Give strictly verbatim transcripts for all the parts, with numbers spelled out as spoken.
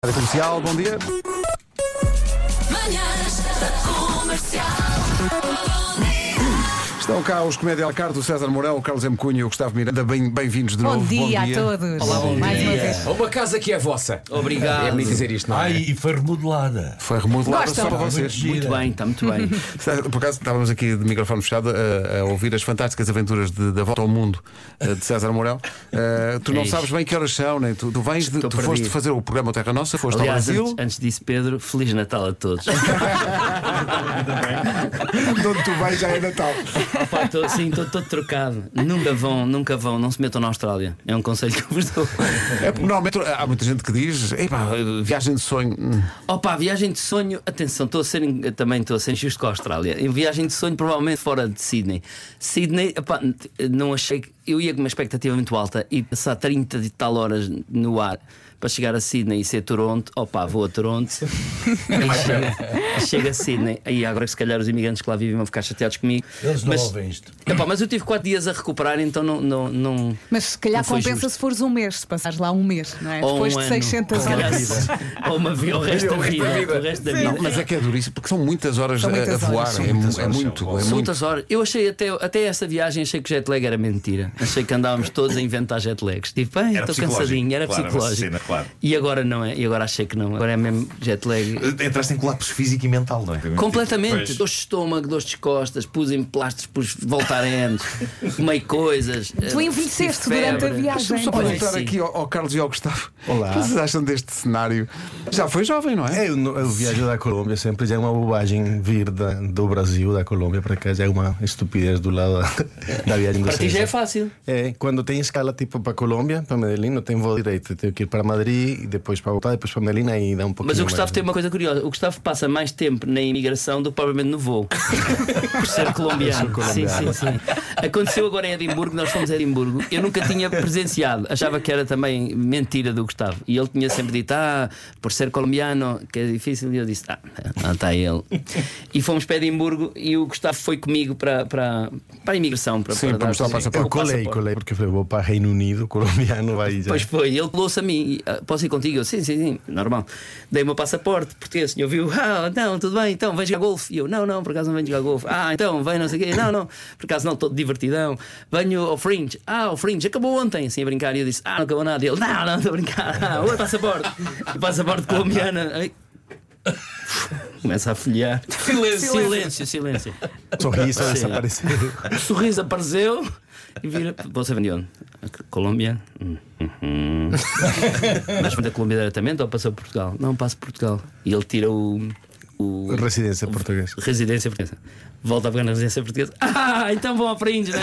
Rádio Comercial, bom dia. Manhãs da Comercial. Estão cá os comédia à carta, o César Mourão, o Carlos M. Cunha e o Gustavo Miranda. Bem- Bem-vindos de Bom novo. dia, a todos. Olá, bom Mais uma dia. vez. Uma casa que é vossa. Obrigado. É bonito dizer isto, não é? Ai, e foi remodelada. Foi remodelada Gostam? só para vocês. Muito Muito bem, está muito bem. Por acaso estávamos aqui de microfone fechado a, a ouvir as fantásticas aventuras de- da volta ao mundo eh, de César Mourão. Eh, tu não É isso. sabes bem que horas são, nem tu, tu vens de, Estou tu foste perdido. fazer o programa Terra Nossa, foste ao Aliás, Brasil, antes, antes disso, Pedro, Feliz Natal a todos. de onde tu vais já é Natal. Opa, tô, sim, estou todo trocado. Nunca vão, nunca vão, não se metam na Austrália. É um conselho que eu vos dou. É, porque normalmente há muita gente que diz: "Epá, viagem de sonho. Hum, Opa, viagem de sonho, atenção, estou a ser também estou a ser injusto com a Austrália. Em viagem de sonho, provavelmente fora de Sydney. Sydney, epá, não achei que. Eu ia com uma expectativa muito alta e passar trinta e tal horas no ar para chegar a Sydney e ser Toronto. Opa, vou a Toronto e chega, chega a Sydney. Aí agora que se calhar os imigrantes que lá vivem vão ficar chateados comigo. Eles não mas, ouvem isto. epá, mas eu tive quatro dias a recuperar, então não. não, não Mas se calhar não foi compensa justo. se fores um mês, se passares lá um mês, não é? Ou Depois um de ano. seiscentas Se calhar horas. se- Ou uma vida, o resto da vida. O resto da vida. Não, mas é que é duríssimo, porque são muitas horas São a- muitas a voar. horas. É, São muitas mu- é horas, muito, são- é São muito. muitas horas. Eu achei até, até essa viagem, achei que jet lag era mentira. Achei que andávamos todos a inventar jet lags. Tipo, bem, Era estou psicológico. cansadinho, era Claro, psicológico. era cena, claro. E agora não é, e agora achei que não. Agora é mesmo jet lag. Entraste em colapso físico e mental, não é? Completamente, Pois. dores de estômago, dores de costas, pus-me plásticos, pus voltarentos, comei coisas. Tu eh, envelheceste tive durante a febre. viagem. Deixa-me só Olha, perguntar sim. aqui ao, ao Carlos e ao Gustavo. Olá. O que vocês acham deste cenário? Já foi jovem, não é? É, eu, no- eu viajo da Colômbia sempre, já é uma bobagem vir da, do Brasil, da Colômbia para cá, já é uma estupidez do lado da, da viagem do Para ti já é César. fácil. É, quando tem escala tipo para Colômbia, para Medellín, não tem voo direito. Tenho que ir para Madrid e depois para voltar, depois para Medellín, aí dá um pouquinho Mas o Gustavo mais. tem uma coisa curiosa: o Gustavo passa mais tempo na imigração do que provavelmente no voo. Por ser colombiano. Sim, sim, sim. Aconteceu agora em Edimburgo, nós fomos a Edimburgo. Eu nunca tinha presenciado, achava que era também mentira do Gustavo. E ele tinha sempre dito: ah, por ser colombiano, que é difícil. E eu disse: ah, não está ele. E fomos para Edimburgo e o Gustavo foi comigo para, para, para a imigração. Para, Sim, para dar- mostrar o passaporte. Eu colei, colei, porque falei, vou para Reino Unido, colombiano, vai já. Pois foi, ele colou-se a mim. "Ah, posso ir contigo?" Eu, sim, sim, sim, normal. Dei o meu passaporte português. O senhor viu: ah, não, tudo bem, então vem jogar golfe. E eu: não, não, por acaso não venho jogar golfe. Ah, então vem, não sei o quê. Não, não, por acaso não, estou divertidão. Venho ao Fringe. Ah, o Fringe acabou ontem, assim a brincar. E eu disse: ah, não acabou nada. E ele: não, não, estou a brincar. Ah, o passaporte. O passaporte colombiano. Ai. Começa a folhear. Silêncio, silêncio, silêncio. Sorriso Sim. desapareceu. O sorriso apareceu e vira. Você vem de onde? Colômbia. Hum, hum, hum. Mas vem da Colômbia diretamente ou passou por Portugal? Não, passo por Portugal. E ele tira o. o Residência portuguesa. residência portuguesa. Volta a pegar na residência portuguesa. Ah, então vão a Fringe, né?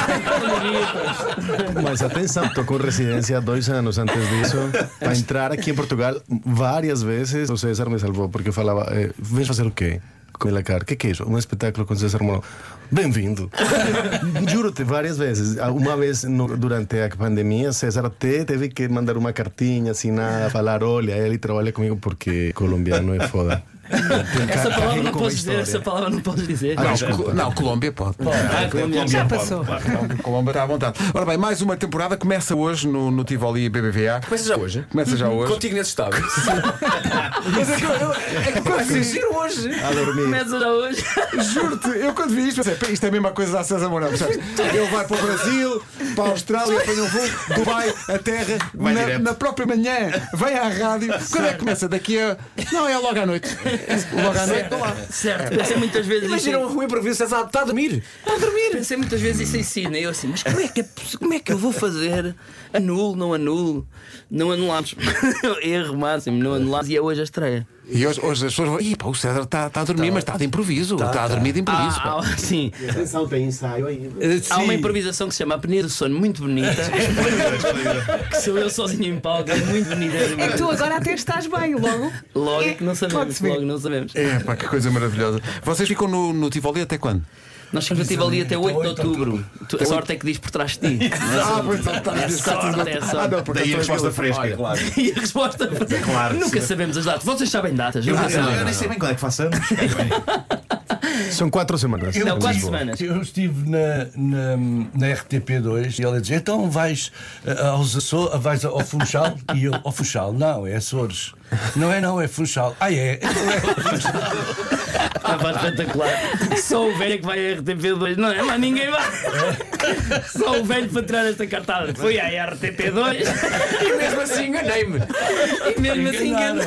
Mas atenção, estou com residência há dois anos antes disso. Para entrar aqui em Portugal, várias vezes o César me salvou, porque eu falava: eh, vens fazer o quê? Com ele, cara, o que é que é isso? Um espetáculo com César Mourão. Bem-vindo. Juro-te, várias vezes. Uma vez no, durante a pandemia, César até teve que mandar uma cartinha, assinar, falar: olha, ele trabalha comigo porque colombiano é foda. Essa palavra Carrego não com a podes dizer, história. essa palavra não podes dizer. Não, Col- não, Colômbia pode. Ah, colombiano. Já passou. Colômbia está à vontade. Ora bem, mais uma temporada começa hoje no, no Tivoli B B V A. Começa já hoje. Começa já hoje. Contigo nesse estado. Mas é que eu, eu, é que vai ser giro hoje. A dormir. Começa já hoje. Juro-te, eu quando vi isto, pensei: "Pá, isto é a mesma coisa da César Mourão." Percebes? Ele vai para o Brasil, para a Austrália, apanha um voo, Dubai, a terra, Vai na, direto. na própria manhã, vem à rádio. Quando é que começa? Daqui a. Não, é logo à noite. Logo à noite, estou lá. Certo, pensei muitas vezes Imagina isso. um ruim para ver se está a dormir. Está a dormir. Pensei muitas vezes isso em Sydney. Eu assim, mas como é que, é, poss- como é que eu vou fazer? Anulo, não anulo. Não anulamos. Erro máximo, não anulamos. E é hoje a estreia. E hoje, hoje as pessoas vão: "Ih, pá, o César está está a dormir, mas está de improviso. Está a dormir de improviso." pá." Ah, ah, sim. Atenção, tem ensaio aí. Há uma improvisação que se chama Apneia do Sono, muito bonita. Que sou eu sozinho em palco, é muito bonita. É que tu agora até estás bem, logo. Logo É, que não sabemos. pode-se ver. Logo não sabemos. É, pá, que coisa maravilhosa. Vocês ficam no, no Tivoli até quando? Nós ficamos ativo ali até oito de outubro. Tu- A sorte é que diz por trás de ti. Ah, pois não, está É sorte, é sorte. Daí a resposta fresca, claro. E a resposta Claro, nunca sim. sabemos as datas. Vocês sabem datas? Eu, Nunca eu, sabemos. eu nem sei bem quando é que faço anos. São quatro semanas. Não, Em quatro Lisboa. semanas. Eu estive na, na, na R T P dois e ele dizia: então vais, eh, aos Açores, vais ao Funchal? E eu: ao Funchal? Não, é Açores. Não é, não, é Funchal. Ah, é? Ah, pá, espetacular. Só o velho é que vai a R T P dois. Não é? Mas ninguém vai. Só o velho para tirar esta cartada. Foi à R T P dois. E mesmo assim enganei-me. E mesmo assim engano.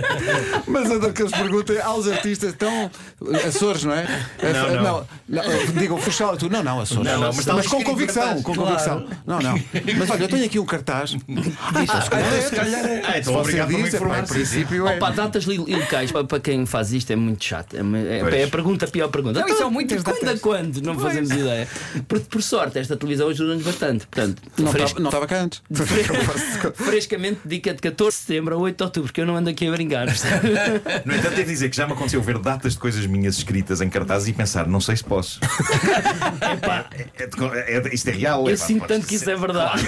Mas a que eles perguntam aos artistas estão Açores, não é? Não, não. não, Digam Funchal e tu, não, não, Açores. Não, não, mas está mas com escrito convicção, cartaz. com Claro. convicção. Não, não. Mas olha, eu tenho aqui um cartaz. Ah, então, se calhar é. Se calhar é. Ah, então Se obrigado você por me diz, é pá, informar. em princípio é. Opa, datas li- locais para, para quem faz isto é muito chato. É, é, Pois. é a pergunta, a pior pergunta. Não, e são muitas de quando a datas. quando? Não fazemos ideia. Por, por sorte, esta televisão ajuda-nos bastante. Portanto, Não fres- estava- não estava cá antes. frescamente dica de catorze de setembro a oito de outubro, que eu não ando aqui a brincar. No entanto, devo dizer que já me aconteceu ver datas de coisas minhas escritas em cartazes e pensar, não sei se posso. Epá, É, é, é, isto é real. eu é, pá, sinto pode tanto que isso ser- é verdade.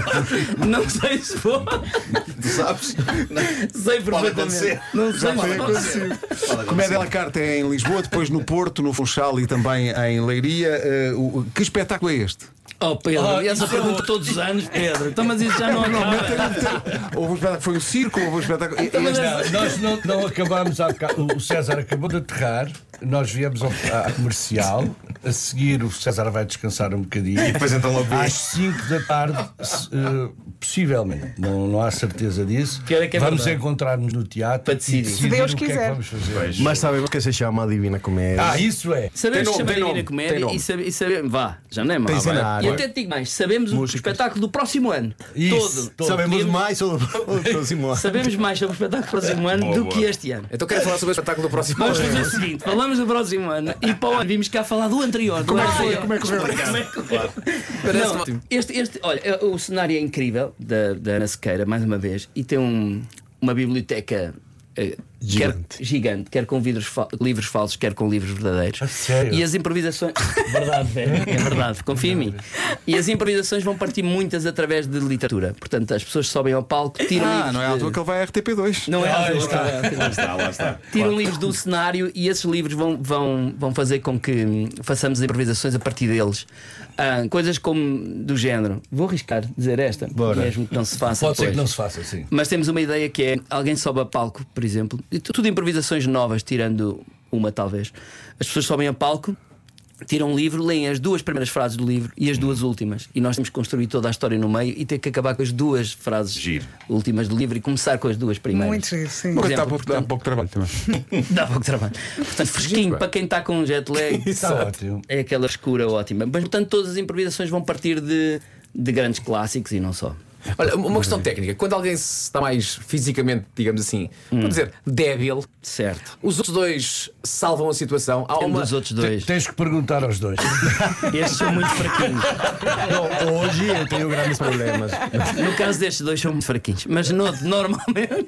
Não sei se vou. Tu sabes? Sei Pode perfeitamente. acontecer. Não sei Já se foi vou. acontecido. Pode Comédia à acontecer. la carte é em Lisboa, depois no Porto, no Funchal e também em Leiria. Eh, o- que espetáculo é este? Oh, Pedro, Oh, essa isso é pergunta outro. todos os anos, Pedro. Então, mas isso já não acaba. Houve um espetáculo que foi um circo, houve um espetáculo. Este- Não, nós não, não acabámos há bocado. O César acabou de aterrar, nós viemos ao, à comercial. A seguir, o César vai descansar um bocadinho. E depois então logo Às cinco da tarde, se, eh, possivelmente, não, não há certeza disso. Que é que é vamos verdade. encontrar-nos no teatro Para decidir. e Se Deus o que é que quiser. vamos fazer. Pois. Mas sabemos que se chama Divina Comédia. Ah, isso é. Sabemos Tem que nome, chama tem Divina nome, Comédia tem nome. e, sabe, e sabemos. Vá, já não é mal. Tem Vá. cenário. E até te digo mais: sabemos o espetáculo do próximo ano. Isso, todo. todo. Sabemos Podemos- mais sobre o próximo ano. Sabemos mais sobre o espetáculo do próximo ano Boa, do boa. que este ano. Então quero falar sobre o espetáculo do próximo Vamos ano. fazer o seguinte: falamos do próximo ano e para o ano vimos cá falar do anterior. Como é que do foi? anterior. Como é que correu? Como é que correu? Parece Não, ótimo. este, este, olha, o cenário é incrível da, da Ana Sequeira, mais uma vez, e tem um- uma biblioteca eh, Gigante. Quer, gigante, quer com vidros fa- livros falsos, quer com livros verdadeiros. A sério? E as improvisações. Verdade, velho, é verdade, confia em mim. E as improvisações vão partir muitas através de literatura. Portanto, as pessoas sobem ao palco, tiram Ah, livros. não é à de- toa que ele vai à R T P dois. Não é à Ah, toa, está. não é à toa. Lá está, lá está. Tiram livros do cenário e esses livros vão, vão, vão fazer com que hum, façamos improvisações a partir deles. Ah, coisas como do género. Vou arriscar dizer esta, Bora. mesmo que não se faça. Pode ser que depois. não se faça assim. Mas temos uma ideia que é alguém sobe a palco, por exemplo, e tu- tudo improvisações novas, tirando uma talvez. As pessoas sobem a palco, tiram um livro, leem as duas primeiras frases do livro e as duas últimas. E nós temos que construir toda a história no meio e ter que acabar com as duas frases Giro. últimas do livro e começar com as duas primeiras. Muito giro, sim. Por Mas dá exemplo, pouco, dá pouco trabalho também. Dá pouco trabalho. Portanto, fresquinho para quem está com um jet lag. Está ótimo. É aquela escura ótima. Mas, portanto, todas as improvisações vão partir de, de grandes clássicos e não só. Olha, uma questão técnica. Quando alguém se está mais fisicamente, digamos assim, vamos dizer, débil, Certo. os outros dois salvam a situação. Há Um uma. dos outros dois. Tens que perguntar aos dois. Estes são muito fraquinhos. Não, hoje eu tenho grandes problemas. No caso destes dois são muito fraquinhos. Mas no, normalmente.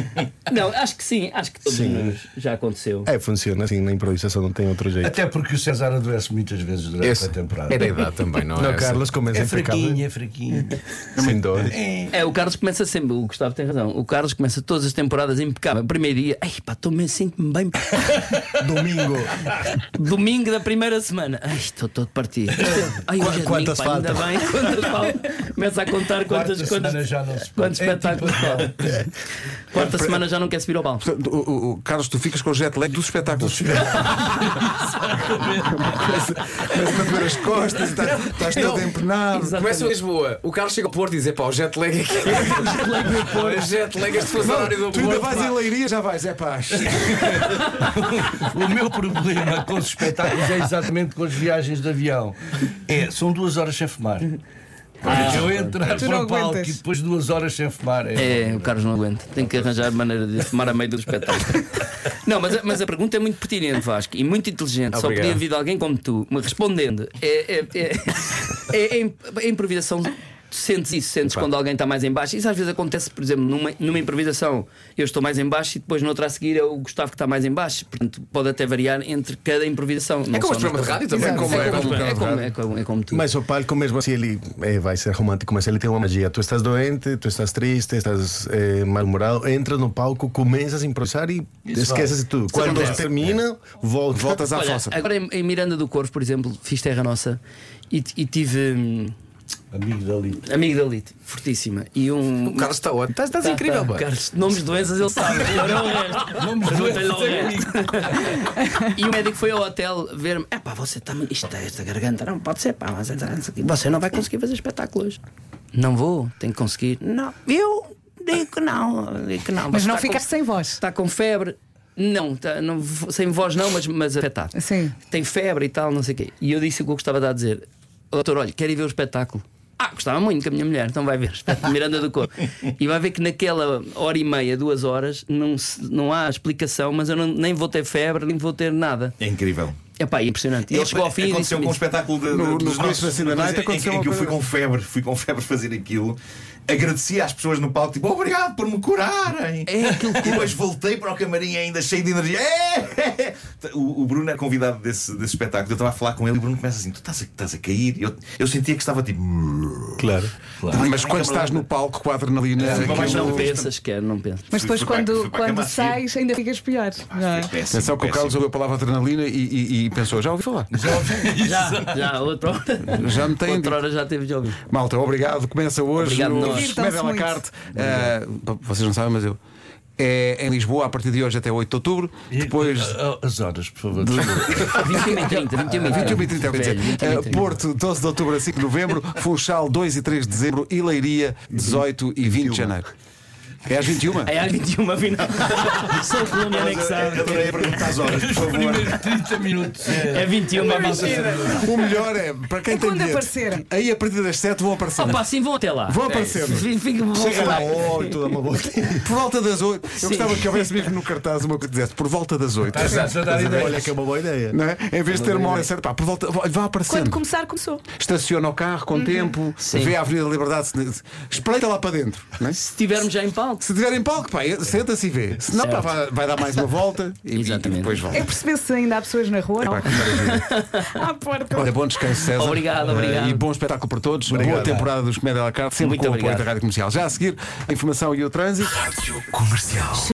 Não, acho que sim. Acho que todos Sim. nós já aconteceu. É, funciona assim, na improvisação não tem outro jeito. Até porque o César adoece muitas vezes durante Esse a temporada. é da idade também, não é? Não, Carlos começa É impecável. fraquinho, é fraquinho. Sem dores. É, o Carlos começa sempre. O Gustavo tem razão. O Carlos começa todas as temporadas impecável. Primeiro dia, ai pá, estou-me, sinto-me bem. Domingo. Domingo da primeira semana. Ai, estou todo partido. Ai, hoje é Quantas domingo, pá, ainda faltam? bem. Quantas faltam? Começa a contar quantas, Quarta quantas, semana já não se quantos pode. É espetáculos faltam. Quarta semana já não quer subir ao palco. Portanto, o, o- o- Carlos, tu ficas com o jet lag dos espetáculos. Começa a doer as costas, e estás, estás todo empenado. Começa em Lisboa, o Carlos chega ao Porto e diz: é pá, o jet lag aqui. O jet lag, este foi o horário do Tu ainda Porto. vais pá. em Leiria, já vais, é paz. O meu problema com os espetáculos é exatamente com as viagens de avião. É, são duas horas sem fumar. Ah, eu entrar Tu para não o palco aguentas. e depois duas horas sem fumar. É, o Carlos não aguenta. Tem que arranjar a maneira de fumar a meio do espetáculo. Não, mas a, mas a pergunta é muito pertinente, Vasco, e muito inteligente. Só Obrigado. podia vir de alguém como tu, me respondendo. É, é, é, é, é, é improvisação. Sentes isso, sentes quando alguém está mais em baixo. Isso às vezes acontece, por exemplo, numa, numa improvisação. Eu estou mais em baixo e depois noutra a seguir é o Gustavo que está mais em baixo. Portanto, pode até variar entre cada improvisação. É como este programa de rádio também. É como- É como, como- é como, é como, é como tu. Mas o palco mesmo assim ele eh, vai ser romântico, mas ele tem uma magia. Tu estás doente, tu estás triste, estás eh, mal-humorado, entras no palco, começas a improvisar e esqueces de tudo. Quando acontece. termina, volta. Voltas à Olha, fossa. agora em, em Miranda do Corvo, por exemplo, fiz Terra Nossa e, e tive. hum, Amigdalite. Amigdalite, fortíssima. E um. O Carlos está ótimo. Estás, estás Tá, incrível, tá. pá. Carlos, nomes de doenças ele sabe. Melhor é o resto. Nomes de Pergunta-lhe doenças ao é resto. E o médico foi ao hotel ver-me. É pá, você está. Isto é esta garganta. Não pode ser, pá. Mas você não vai conseguir fazer espetáculos. Não vou, tenho que conseguir. Não, eu digo que não. Digo que não. Mas Você não está ficaste com, sem voz. Está com febre. Não, tá, não, sem voz não, mas, mas afetado. Sim. Tem febre e tal, não sei o quê. E eu disse o que eu gostava de a dizer: doutor, olha, quer ir ver o espetáculo? Ah, gostava muito com a minha mulher, então vai ver, espetáculo Miranda do Corpo. E vai ver que naquela hora e meia, duas horas, não, se, não há explicação, mas eu não, nem vou ter febre, nem vou ter nada. É incrível. Epá, é impressionante. E ele chegou ao fim e aconteceu disse-me com o isso. espetáculo de, de, No- dos no nossos- Christmas in the Night em- aconteceu em, uma que eu fui coisa- com febre, fui com febre fazer aquilo. Agradeci às pessoas no palco, tipo, obrigado por me curarem. É aquilo que- E depois voltei para o camarim ainda cheio de energia. É! O, o Bruno é convidado desse, desse espetáculo. Eu estava a falar com ele e o Bruno começa assim: tu estás a, estás a cair. Eu, eu sentia que estava tipo. Claro. Mas quando estás no palco com a adrenalina. É, aquilo- mas Não pensas, quer, não pensas. Mas depois, Fui- fui para- quando, fui para a quando cama a seguir. sais, ainda ficas pior. não é? Foi péssimo, Atenção que o péssimo. Carlos ouviu a palavra adrenalina e, e- e pensou: já ouvi falar. Já, já, outra hora. Já me tem Outra hora já teve de ouvir. Malta, obrigado. Começa hoje Obrigado, no nós. Comédia à la Divirtam-se carte. Ah, vocês não sabem, mas eu. É em Lisboa a partir de hoje até oito de outubro. Depois. Ah, As horas, por favor. desculpa. vinte e um e trinta, vinte e um e trinta. vinte e um e trinta, quer dizer, Velho, vinte e um e ah, trinta. Porto, doze de outubro a cinco de novembro, Funchal, dois e três de dezembro e Leiria, dezoito e vinte de janeiro. É às vinte e uma? É às vinte e uma, afinal. Sou colombiano é que sabe. Adorei a pergunta às horas, por favor. Primeiros trinta minutos. É vinte e uma, vinte e uma. O melhor é, para quem É tem quando bilhete, aparecerem. aí a partir das sete vão aparecer. Opa, sim, vão até lá. Vão aparecer. Fica- fica- vão Chega lá, lá. oito, dá uma volta. Por volta das oito. Eu Sim. gostava que houvesse mesmo no cartaz uma coisa que dissesse por volta das oito. Estás a dar ideia. Olha que é uma boa ideia. Não é? Em vez de ter uma hora certa, pá, por volta, vá aparecendo. Quando começar, começou. Estaciona o carro com tempo, Sim. vê a Avenida da Liberdade, se- espreita lá para dentro. Não é? Se estivermos já em palco. Se tiver em palco, pá, senta-se e vê. Se não, pá, Certo. vai, vai dar mais uma volta e, e Exatamente. depois volta. É perceber se ainda há pessoas na rua. Não. À porta. Olha, bom descanso, César. Obrigado, obrigado. Eh, E bom espetáculo para todos. Obrigado. Boa temporada dos Comédia à la carte, sempre Muito com o apoio obrigado. da Rádio Comercial. Já a seguir, a informação e o trânsito. Rádio Comercial.